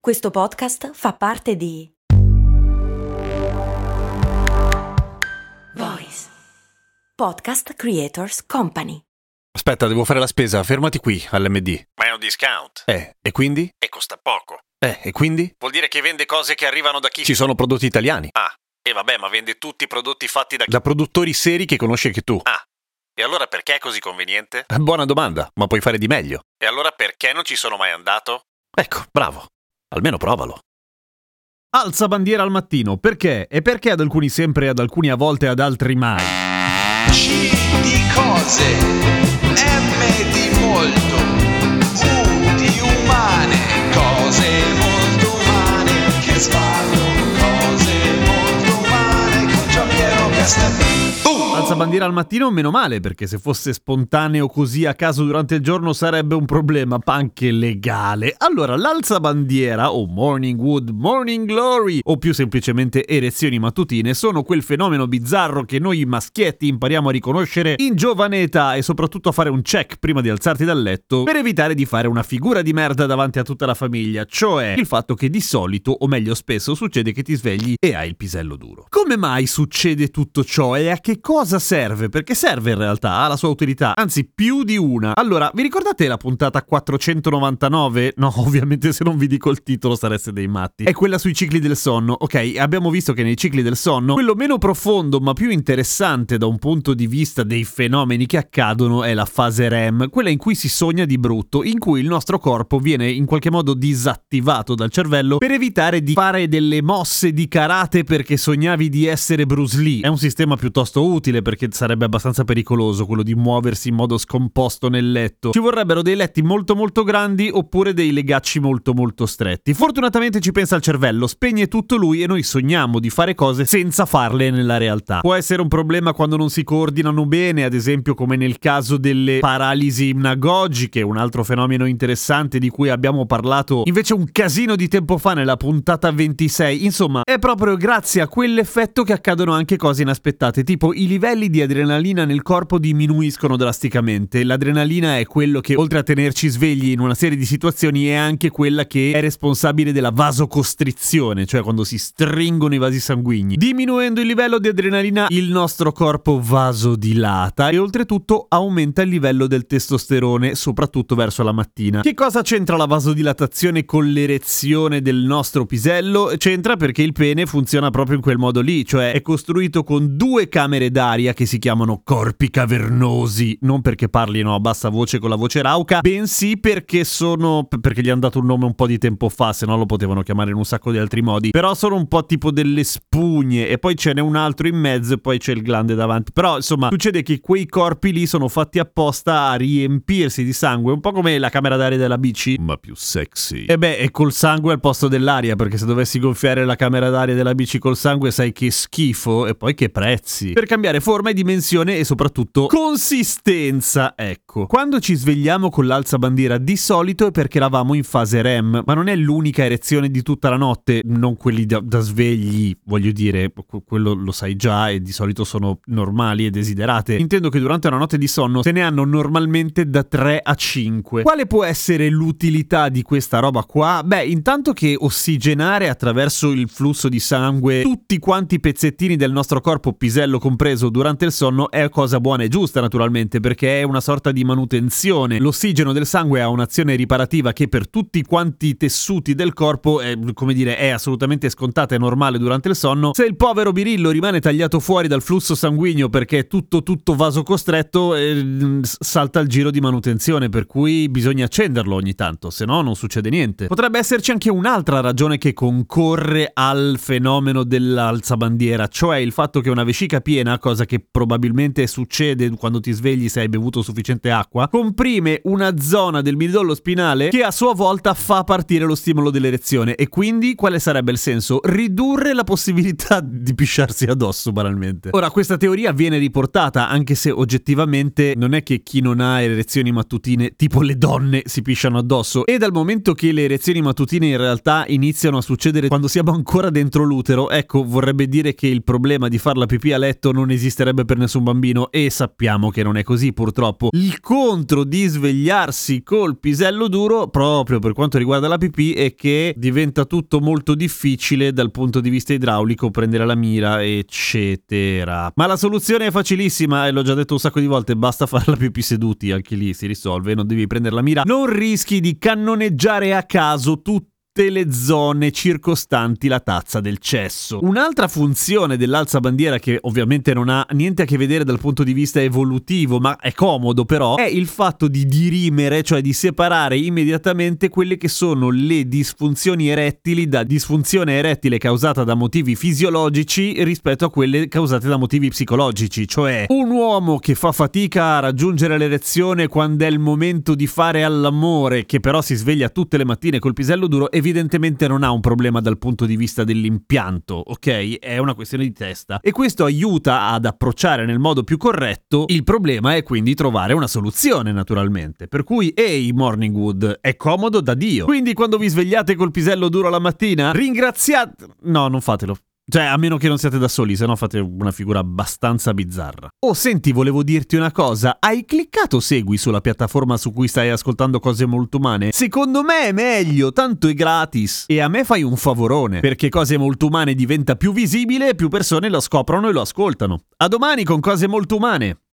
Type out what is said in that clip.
Questo podcast fa parte di Voice Podcast Creators Company. Aspetta, devo fare la spesa, fermati qui all'MD. Ma è un discount. E quindi? E costa poco. E quindi? Vuol dire che vende cose che arrivano da chi? Ci sono prodotti italiani. Ah, e vabbè, ma vende tutti i prodotti fatti da chi? Da produttori seri che conosci anche tu. Ah, e allora perché è così conveniente? Buona domanda, ma puoi fare di meglio. E allora perché non ci sono mai andato? Ecco, bravo. Almeno provalo. Alza bandiera al mattino, perché? E perché ad alcuni sempre, ad alcuni a volte, ad altri mai? C di cose, M di molto, U di umane, cose molto umane, che sbaglio, cose molto umane, con Giampiero Castelnuovo. Alza bandiera al mattino, meno male, perché se fosse spontaneo così a caso durante il giorno sarebbe un problema, ma anche legale. Allora, l'alza bandiera, o morning wood, morning glory, o più semplicemente erezioni mattutine, sono quel fenomeno bizzarro che noi maschietti impariamo a riconoscere in giovane età e soprattutto a fare un check prima di alzarti dal letto per evitare di fare una figura di merda davanti a tutta la famiglia, cioè il fatto che di solito, o meglio spesso, succede che ti svegli e hai il pisello duro. Come mai succede tutto ciò e a che cosa serve? Perché serve in realtà, ha la sua utilità, anzi più di una. Allora, vi ricordate la puntata 499? No, ovviamente se non vi dico il titolo sareste dei matti. È quella sui cicli del sonno. Ok, abbiamo visto che nei cicli del sonno, quello meno profondo ma più interessante da un punto di vista dei fenomeni che accadono è la fase REM, quella in cui si sogna di brutto, in cui il nostro corpo viene in qualche modo disattivato dal cervello per evitare di fare delle mosse di karate perché sognavi di essere Bruce Lee. È un sistema piuttosto utile perché sarebbe abbastanza pericoloso quello di muoversi in modo scomposto nel letto. Ci vorrebbero dei letti molto molto grandi oppure dei legacci molto molto stretti. Fortunatamente ci pensa il cervello, spegne tutto lui e noi sogniamo di fare cose senza farle nella realtà. Può essere un problema quando non si coordinano bene, ad esempio come nel caso delle paralisi ipnagogiche, un altro fenomeno interessante di cui abbiamo parlato invece un casino di tempo fa nella puntata 26. Insomma, è proprio grazie a quell'effetto che accadono anche cose inaspettate, tipo i livelli di adrenalina nel corpo diminuiscono drasticamente. L'adrenalina è quello che, oltre a tenerci svegli in una serie di situazioni, è anche quella che è responsabile della vasocostrizione, cioè quando si stringono i vasi sanguigni. Diminuendo il livello di adrenalina, il nostro corpo vasodilata e oltretutto aumenta il livello del testosterone, soprattutto verso la mattina. Che cosa c'entra la vasodilatazione con l'erezione del nostro pisello? C'entra perché il pene funziona proprio in quel modo lì, cioè è costruito con due camere d'aria che si chiamano corpi cavernosi, non perché parlino a bassa voce con la voce rauca, bensì perché gli hanno dato un nome un po' di tempo fa, se no lo potevano chiamare in un sacco di altri modi, però sono un po' tipo delle spugne e poi ce n'è un altro in mezzo e poi c'è il glande davanti. Però insomma succede che quei corpi lì sono fatti apposta a riempirsi di sangue, un po' come la camera d'aria della bici, ma più sexy. E col sangue al posto dell'aria, perché se dovessi gonfiare la camera d'aria della bici col sangue sai che schifo e poi che prezzi. Per cambiare forma e dimensione e soprattutto consistenza, ecco. Quando ci svegliamo con l'alza bandiera di solito è perché eravamo in fase REM, ma non è l'unica erezione di tutta la notte, non quelli da svegli, voglio dire, quello lo sai già e di solito sono normali e desiderate. Intendo che durante una notte di sonno se ne hanno normalmente da 3 a 5. Quale può essere l'utilità di questa roba qua? Intanto che ossigenare attraverso il flusso di sangue tutti quanti i pezzettini del nostro corpo, pisello compreso, durante il sonno è cosa buona e giusta naturalmente, perché è una sorta di manutenzione. L'ossigeno del sangue ha un'azione riparativa che per tutti quanti i tessuti del corpo è assolutamente scontata e normale durante il sonno. Se il povero birillo rimane tagliato fuori dal flusso sanguigno perché è tutto vasocostretto, salta il giro di manutenzione, per cui bisogna accenderlo ogni tanto, se no non succede niente. Potrebbe esserci anche un'altra ragione che concorre al fenomeno dell'alzabandiera, cioè il fatto che una vescica piena, cosa che probabilmente succede quando ti svegli se hai bevuto sufficiente acqua, comprime una zona del midollo spinale che a sua volta fa partire lo stimolo dell'erezione. E quindi quale sarebbe il senso? Ridurre la possibilità di pisciarsi addosso, banalmente. Ora, questa teoria viene riportata, anche se oggettivamente non è che chi non ha erezioni mattutine, tipo le donne, si pisciano addosso. E dal momento che le erezioni mattutine in realtà iniziano a succedere quando siamo ancora dentro l'utero, ecco, vorrebbe dire che il problema di far la pipì a letto non esiste accetterebbe per nessun bambino, e sappiamo che non è così purtroppo. Il contro di svegliarsi col pisello duro, proprio per quanto riguarda la pipì, è che diventa tutto molto difficile dal punto di vista idraulico, prendere la mira, eccetera. Ma la soluzione è facilissima, e l'ho già detto un sacco di volte: basta fare la pipì seduti, anche lì si risolve, non devi prendere la mira, non rischi di cannoneggiare a caso tutte le zone circostanti la tazza del cesso. Un'altra funzione dell'alzabandiera, che ovviamente non ha niente a che vedere dal punto di vista evolutivo, ma è comodo però, è il fatto di dirimere, cioè di separare immediatamente quelle che sono le disfunzioni erettili da disfunzione erettile causata da motivi fisiologici rispetto a quelle causate da motivi psicologici. Cioè, un uomo che fa fatica a raggiungere l'erezione quando è il momento di fare all'amore, che però si sveglia tutte le mattine col pisello duro, evidentemente non ha un problema dal punto di vista dell'impianto, ok? È una questione di testa, e questo aiuta ad approcciare nel modo più corretto il problema, e quindi trovare una soluzione, naturalmente. Per cui, Morningwood, è comodo da Dio. Quindi quando vi svegliate col pisello duro la mattina, ringraziate... No, non fatelo. Cioè, a meno che non siate da soli, se no fate una figura abbastanza bizzarra. Oh, senti, volevo dirti una cosa. Hai cliccato segui sulla piattaforma su cui stai ascoltando Cose Molto Umane? Secondo me è meglio, tanto è gratis. E a me fai un favorone, perché Cose Molto Umane diventa più visibile e più persone lo scoprono e lo ascoltano. A domani con Cose Molto Umane.